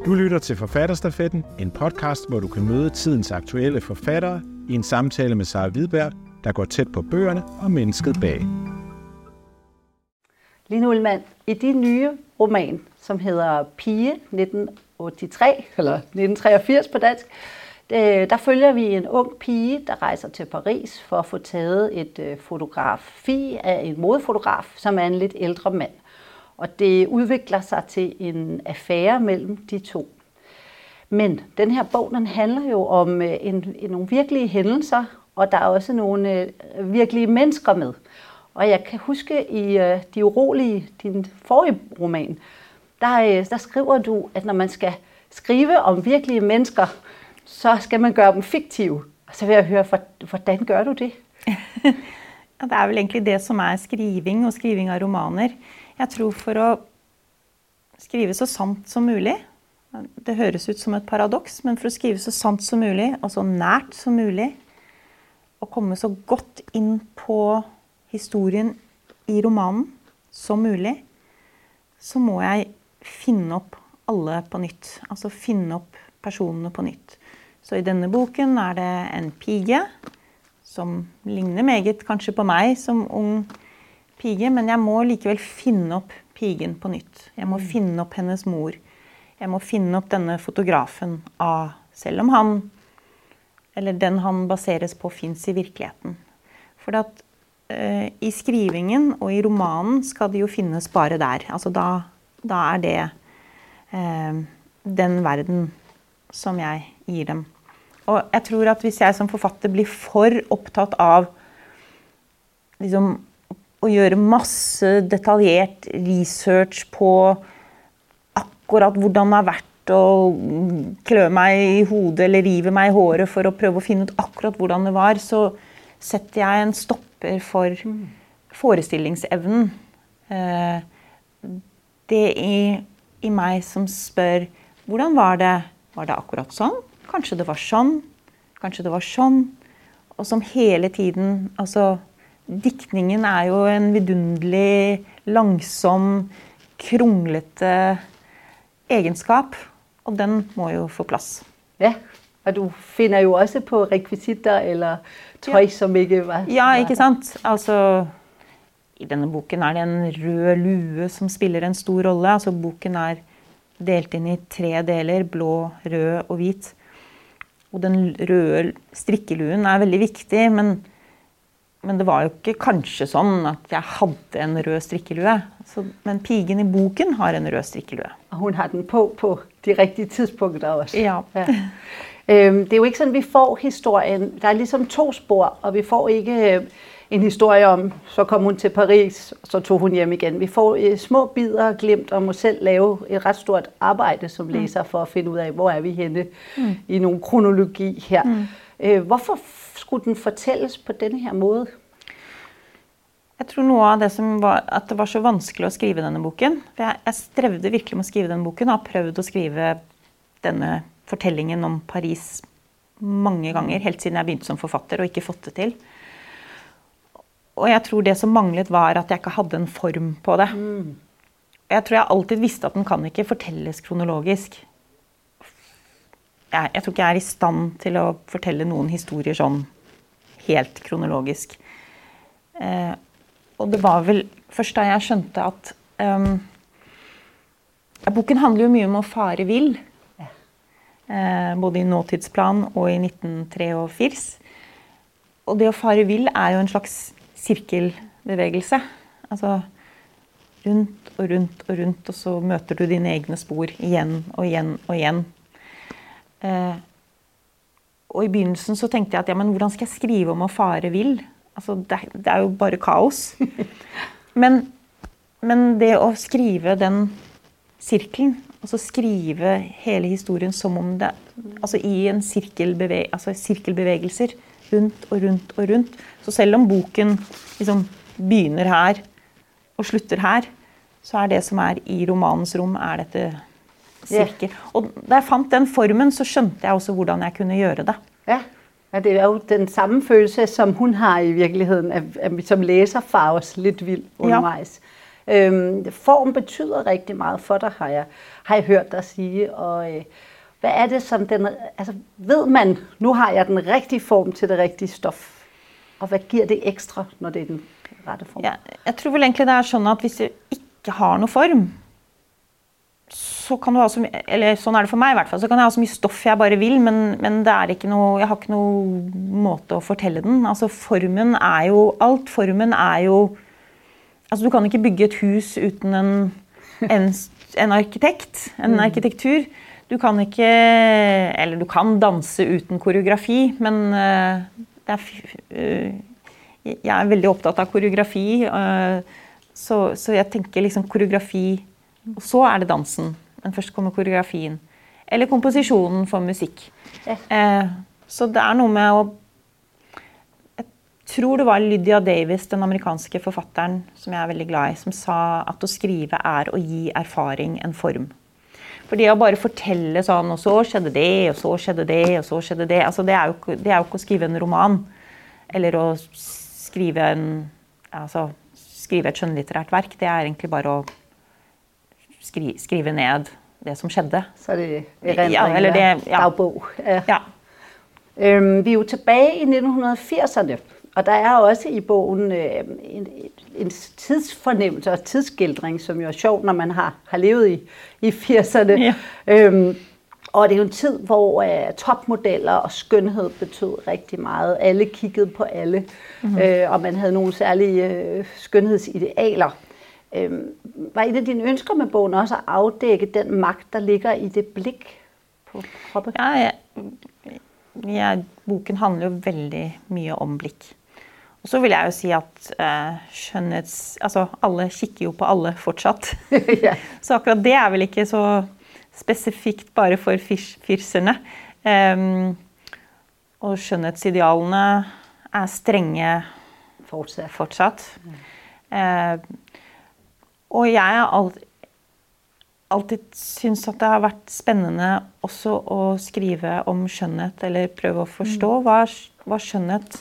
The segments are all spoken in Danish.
Du lytter til Forfatterstafetten, en podcast, hvor du kan møde tidens aktuelle forfattere i en samtale med Sara Hvidberg, der går tæt på bøgerne og mennesket bag. Line Ullmann, i din nye roman, som hedder Pige 1983, eller 1983 på dansk, der følger vi en ung pige, der rejser til Paris for at få taget et fotografi af en modefotograf, som er en lidt ældre mand. Og det udvikler sig til en affære mellem de to. Men den her bog, den handler jo om nogle virkelige hændelser, og der er også nogle virkelige mennesker med. Og jeg kan huske i De Urolige, din forrige roman, der skriver du, at når man skal skrive om virkelige mennesker, så skal man gøre dem fiktive. Og så vil jeg høre, hvordan gør du det? Det er vel egentlig det, som er skriving og skriving av romaner. Jeg tror for å skrive så sant som mulig, det høres ut som et paradoks, men for å skrive så sant som mulig, og så nært som mulig, og komme så godt inn på historien i romanen som mulig, så må jeg finne opp alle på nytt. Altså finne opp personene på nytt. Så i denne boken er det en pige, som ligner meget kanskje på meg som ung pige, men jeg må likevel finne opp pigen på nytt. Jeg må finne opp hennes mor. Jeg må finne opp denne fotografen av, selv om han, eller den han baseres på, finnes i virkeligheten. For at i skrivingen og i romanen skal det jo finnes bare der. Altså da er det den verden som jeg gir dem. Og jeg tror at hvis jeg som forfatter blir for opptatt av liksom å gjøre masse detaljert research på akkurat hvordan det har vært å klø meg i hodet eller rive meg i håret for å prøve å finne ut akkurat hvordan det var, så setter jeg en stopper for forestillingsevnen. Det i meg som spør, hvordan var det? Var det akkurat sånn? Kanskje det var sånn? Kanskje det var sånn? Og som hele tiden, altså diktningen er jo en vidunderlig, langsom, kronglete egenskap, og den må jo få plass. Ja, og du finder jo også på rekvisitter eller tøj, som ikke var... Ja, ikke sant? Altså, i denne boken er det en rød lue som spiller en stor rolle. Altså, boken er delt inn i 3 deler, blå, rød og hvit. Og den røde strikkeluen er veldig viktig, men det var jo ikke kanskje sånn at jeg hadde en rød strikkelue. Men pigen i boken har en rød strikkelue. Og hun har den på de rigtige tidspunkter også. Ja. Det er jo ikke sådan, vi får historien. Der er ligesom 2 spor, og vi får ikke en historie om, så kom hun til Paris, og så tog hun hjem igen. Vi får små bidder og glimt, og må selv lave et ret stort arbejde som læser for at finde ud af, hvor er vi henne i nogle kronologi her. Hvorfor skulle den fortælles på denne her måde? Jeg tror noe av det som var, at det var så vanskelig å skrive denne boken. For jeg strevde virkelig med å skrive denne boken, og har prøvd å skrive denne fortellingen om Paris mange ganger, helt siden jeg begynte som forfatter, og ikke fått det til. Og jeg tror det som manglet var at jeg ikke hadde en form på det. Jeg tror jeg alltid visste at den kan ikke fortelles kronologisk. Jeg tror ikke jeg er i stand til å fortelle noen historier sånn helt kronologisk. Og det var vel først da jeg skjønte at boken handler jo mye om å fare vill. Både i nåtidsplan og i 1983. Og det å fare vill er jo en slags sirkelbevegelse. Altså rundt og rundt og rundt, og så møter du dine egne spor igjen og igjen og igjen. Og i begynnelsen så tenkte jeg at ja, men hvordan skal jeg skrive om å fare vill? Altså, det er jo bare kaos. Men det å skrive den sirkelen, altså skrive hele historien som om det, altså i en sirkelbevegelser rundt og rundt og rundt. Så selv om boken liksom begynner her og slutter her, så er det som er i romanens rom, er dette sirkel. Og da jeg fant den formen, så skjønte jeg også hvordan jeg kunne gjøre det. Ja, det er jo den samme følelse, som hun har i virkeligheden, at vi som læser farves lidt vildt undervejs. Form betyder rigtig meget for dig, har jeg hørt dig sige. Og hvad er det, som ved man, nu har jeg den rigtige form til det rigtige stof? Og hvad giver det ekstra, når det er den rette form? Ja, jeg tror vel egentlig det sådan, at hvis jeg ikke har noe form, så kan du ha eller sånn det for meg I hvert fall, så kan jeg ha så mye stoff jeg bare vil, men det ikke noe, jeg har ikke noe måte å fortelle den. Altså formen jo, alt formen jo, altså du kan ikke bygge et hus uten en arkitekt, en arkitektur. Du kan ikke, eller du kan danse uten koreografi, men jeg veldig opptatt av koreografi, så jeg tenker liksom koreografi, og så det dansen, men først kommer koreografien. Eller komposisjonen for musikk. Så det noe med å... Jeg tror det var Lydia Davis, den amerikanske forfatteren, som jeg veldig glad I, som sa at å skrive å gi erfaring en form. Fordi å bare fortelle sånn, og så skjedde det, og så skjedde det, og så skjedde det. Altså det jo ikke å skrive en roman, eller å skrive et skjønnlitterært verk. Det egentlig bare å skrive ned det som skjedde. Så det dagbog. Ja. Vi jo tilbage I 1980'erne, og der også I bogen en tidsfornemmelse og tidsskildring, som jo sjovt, når man har levet I 80'erne. Ja. Og det jo en tid, hvor topmodeller og skønhed betød rigtig meget. Alle kiggede på alle, og man havde nogle særlige skønhedsidealer. Var et af dine ønsker med bogen også at afdække den magt, der ligger I det blik på kroppen? Ja, boken handler jo veldig mye om blikk. Og så vil jeg jo si at altså alle kikker jo på alle fortsatt. Ja. Så akkurat det vel ikke så spesifikt bare for firserne. Og skjønnhetsidealene strenge fortsatt. Og jeg har alltid synes at det har vært spennende også å skrive om skjønnhet, eller prøve å forstå hva skjønnhet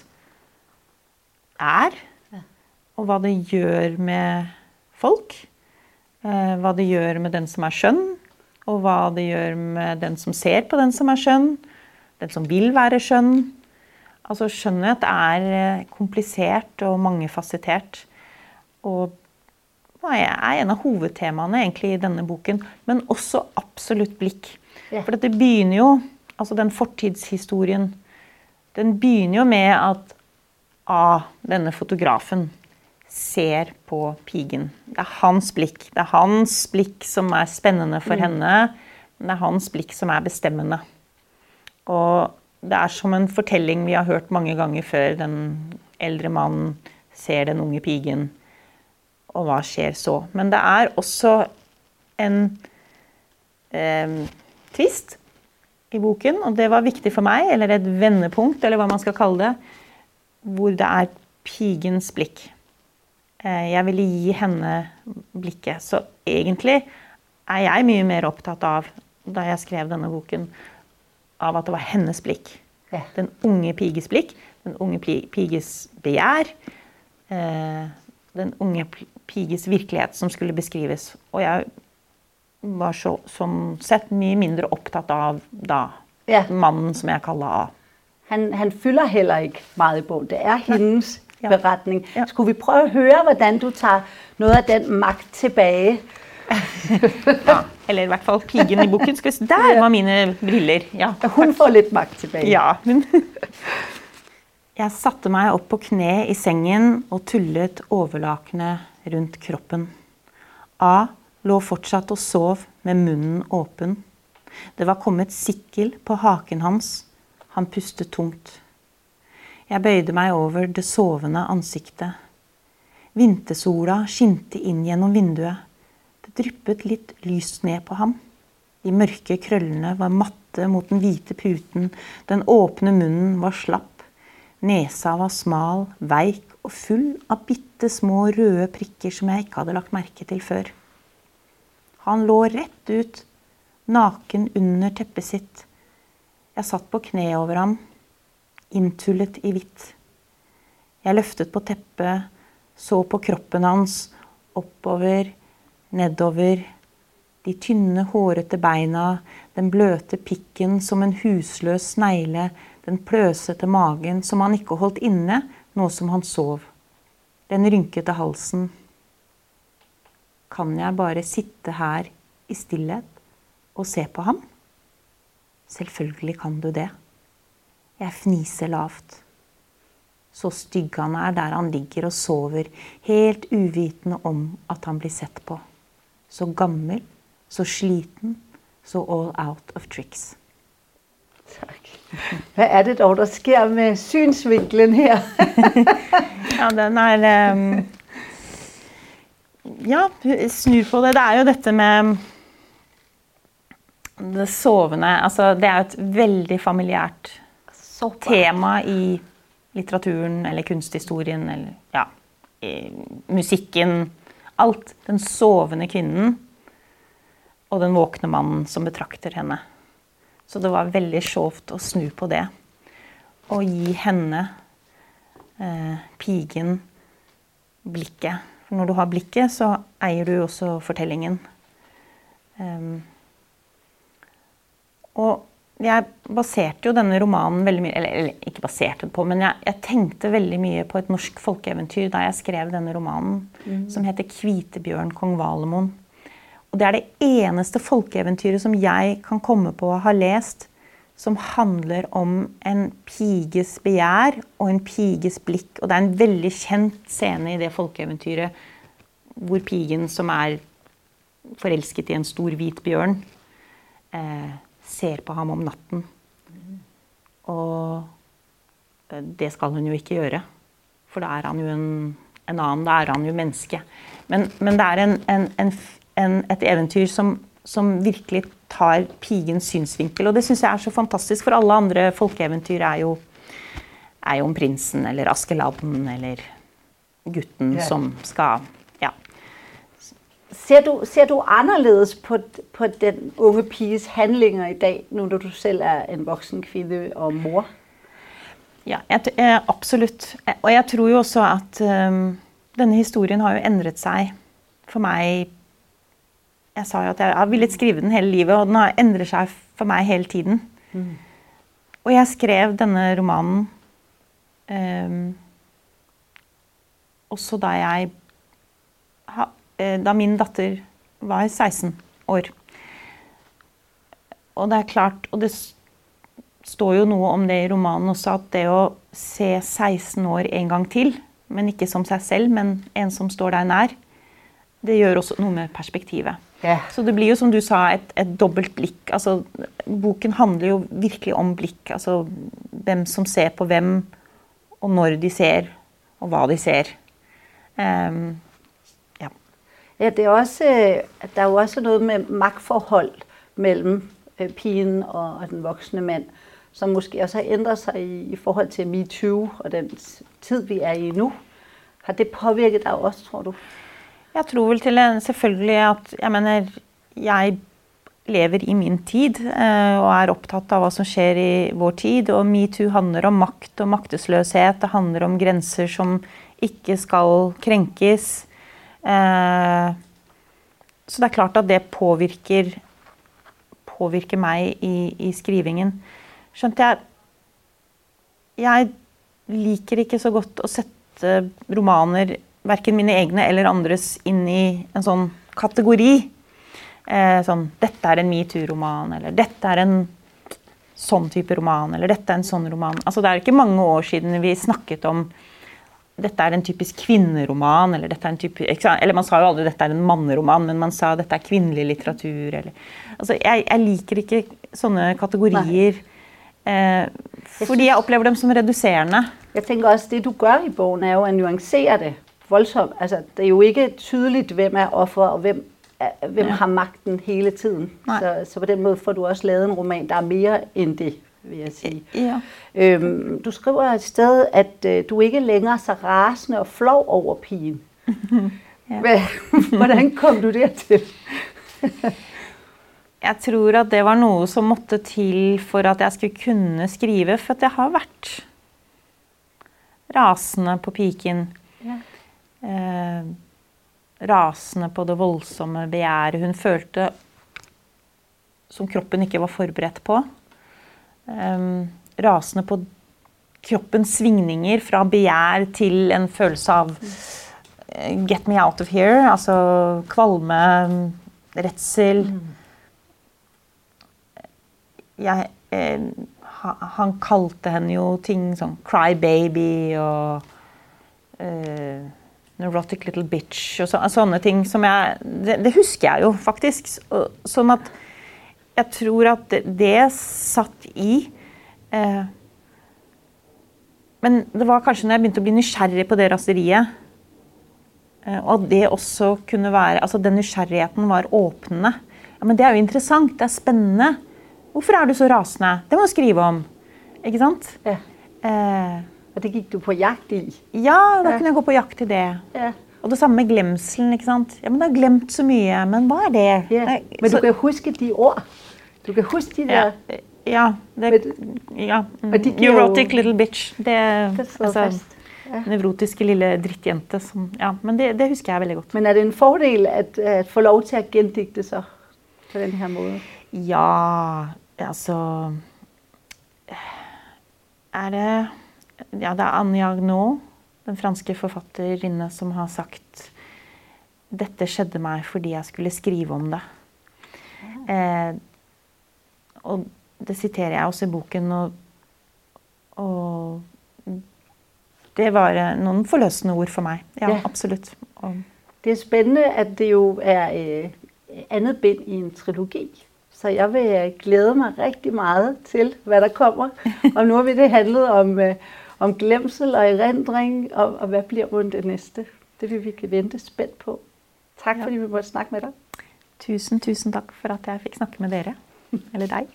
og hva det gjør med folk, hva det gjør med den som skjønn, og hva det gjør med den som ser på den som skjønn, den som vil være skjønn. Altså skjønnhet komplisert og mangefasettert, og en av hovedtemaene egentlig I denne boken, men også absolutt blikk. Ja. For det begynner jo, altså den fortidshistorien, den begynner jo med at denne fotografen ser på pigen. Det hans blikk. Det hans blikk som spennende for henne, men det hans blikk som bestemmende. Og det som en fortelling vi har hørt mange ganger før. Den eldre mannen ser den unge pigen, og hva skjer så? Men det også en twist I boken, og det var viktig for meg, eller et vendepunkt, eller hva man skal kalle det, hvor det pigens blikk. Jeg ville gi henne blikket. Så egentlig jeg mye mer opptatt av, da jeg skrev denne boken, av at det var hennes blikk. Ja. Den unge piges blikk, den unge piges begjær, den unge piges virkelighet som skulle beskrives. Og jeg var sånn sett mye mindre opptatt av mannen som jeg kaller A. Han fylder heller ikke meget I bogen. Det hendes beretning. Ja. Skulle vi prøve at høre, hvordan du tager noget af den magt tilbage? Eller I hvert fall pigen I boken. Der var mine briller. Ja, hun får lidt magt tilbage. Ja, Jeg satte meg opp på kne I sengen og tullet overlakene rundt kroppen. A lå fortsatt og sov med munnen åpen. Det var kommet sikkel på haken hans. Han pustet tungt. Jeg bøyde meg over det sovende ansiktet. Vintersola skinte inn gjennom vinduet. Det dryppet litt lyst ned på ham. De mørke krøllene var matte mot den hvite puten. Den åpne munnen var slapp. Nesa var smal, veik og full av bitte små røde prikker som jeg ikke hadde lagt merke til før. Han lå rett ut, naken under teppet sitt. Jeg satt på kne over ham, inntullet I hvitt. Jeg løftet på teppet, så på kroppen hans oppover, nedover, de tynne, hårete beina, den bløte pikken som en husløs snegle, den pløsete magen som han ikke holdt inne, nå som han sov. Den rynkete halsen. Kan jeg bare sitte her i stillhet og se på ham? Selvfølgelig kan du det. Jeg fniser lavt. Så stygg han der han ligger og sover, helt uvitende om at han blir sett på. Så gammel, så sliten, så all out of tricks. Tak. Hvad det dog, der sker med synsvinklen her? Ja, den ja, snur på det. Det jo dette med det sovende. Altså, det jo et veldig familiært tema i litteraturen, eller kunsthistorien, eller ja, i musikken. Alt. Den sovende kvinnen og den våkne mannen som betrakter henne. Så det var veldig sjovt å snu på det. Og gi henne, pigen, blikket. For når du har blikket, så eier du også fortellingen. Og jeg baserte jo denne romanen veldig mye, eller ikke baserte det på, men jeg tenkte veldig mye på et norsk folkeeventyr da jeg skrev denne romanen, som heter Kvitebjørn Kong Valemon. Og det det eneste folkeeventyret som jeg kan komme på å ha lest, som handler om en piges begjær og en piges blikk. Og det en veldig kjent scene i det folkeeventyret, hvor pigen som forelsket i en stor hvit bjørn, ser på ham om natten. Og det skal hun jo ikke gjøre, for da han jo en annen, da han jo menneske. Men det et eventyr som virkelig tar pigens synsvinkel, og det synes jeg så fantastisk, for alle andre folkeeventyr jo om prinsen, eller Askeladden, eller gutten som skal, ja. Ser du anderledes på den unge piges handlinger i dag, nu når du selv en voksen kvinde og mor? Ja, absolutt. Og jeg tror jo også at denne historien har jo endret seg for meg. Jeg sa jo at jeg har villet skrive den hele livet, og den har endret seg for meg hele tiden. Og jeg skrev denne romanen også da min datter var 16 år. Og det klart, og det står jo noe om det i romanen også, at det å se 16 år en gang til, men ikke som seg selv, men en som står deg nær, det gjør også noe med perspektivet. Ja. Så det blir jo, som du sa, et dobbelt blikk. Altså, boken handler jo virkelig om blikk. Altså, hvem som ser på hvem, og når de ser, og hva de ser. Ja. Ja, det jo også noe med magtforhold mellem pigen og den voksne mand, som måske også har ændret sig i forhold til MeToo og den tid, vi i nu. Har det påvirket deg også, tror du? Jeg tror vel selvfølgelig at, jeg lever i min tid, og opptatt av hva som skjer i vår tid, og MeToo handler om makt og maktesløshet, det handler om grenser som ikke skal krenkes. Så det klart at det påvirker meg i skrivingen. Skjønte jeg liker ikke så godt å sette romaner, hverken mine egne eller andres, inn i en sånn kategori. Sånn, dette en MeToo-roman, eller dette en sånn type roman, eller dette en sånn roman. Altså, det ikke mange år siden vi snakket om dette en typisk kvinneroman, eller dette en typisk, eller man sa jo aldri dette en manneroman, men man sa dette kvinnelig litteratur. Eller, altså, jeg liker ikke sånne kategorier, fordi jeg opplever dem som reduserende. Jeg tenker også, det du gør i bogen jo å nuancere det voldsomt. Altså, det jo ikke tydeligt, hvem offer, og hvem har magten hele tiden. Så på den måde får du også lavet en roman, der mere end det, vil jeg sige. Ja. Du skriver et sted, at du ikke længere så rasende og flov over pigen. Ja. Hvordan kom du dertil? Jeg tror at det var noe som måtte til for at jeg skulle kunne skrive, for at jeg har vært rasende på piken. Ja. rasende på det voldsomme begjæret hun følte, som kroppen ikke var forberedt på. Rasende på kroppens svingninger fra begjær til en følelse av get me out of here, altså kvalme, redsel. Han kalte henne jo ting som cry baby og neurotic little bitch og sånne ting som det husker jeg jo faktisk. Sånn at jeg tror at det satt i. Men det var kanskje når jeg begynte å bli nysgjerrig på det raseriet, og det også kunne være, altså den nysgjerrigheten var åpnende. Ja, men det jo interessant, det spennende. Hvorfor du så rasende? Det må du skrive om, ikke sant? Ja. Og det gikk du på jakt i? Ja, da kunne jeg gå på jakt i det. Ja. Og det samme med glemselen, ikke sant? Ja, men du har glemt så mye, men hva det? Ja. Men du kan huske de ord. Du kan huske de der... Ja, neurotic little bitch. Det fast. Ja. Nevrotiske lille drittjente. Som, ja, men det husker jeg veldig godt. Men det en fordel at få lov til at gendigte så på den her måde? Ja, altså... det Anne Ernaux, den franske forfatterinne, som har sagt dette skjedde meg fordi jeg skulle skrive om det. Og det siterer jeg også i boken, og det var noen forløsende ord for meg. Ja, absolutt. Det spennende, at det jo andet bind i en trilogi. Så jeg vil glæde mig rigtig meget til, hvad der kommer. Og nu har vi det handlet om glemsel og erindring, og hvad bliver mon det næste? Det vil vi vente spændt på. Tak, fordi vi måtte snakke med dig. Tusen tak for at jeg fik snakke med dere. Eller dig.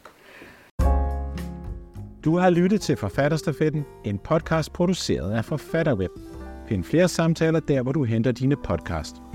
Du har lyttet til Forfatterstafetten, en podcast produceret af Forfatterweb. Find flere samtaler der, hvor du henter dine podcast.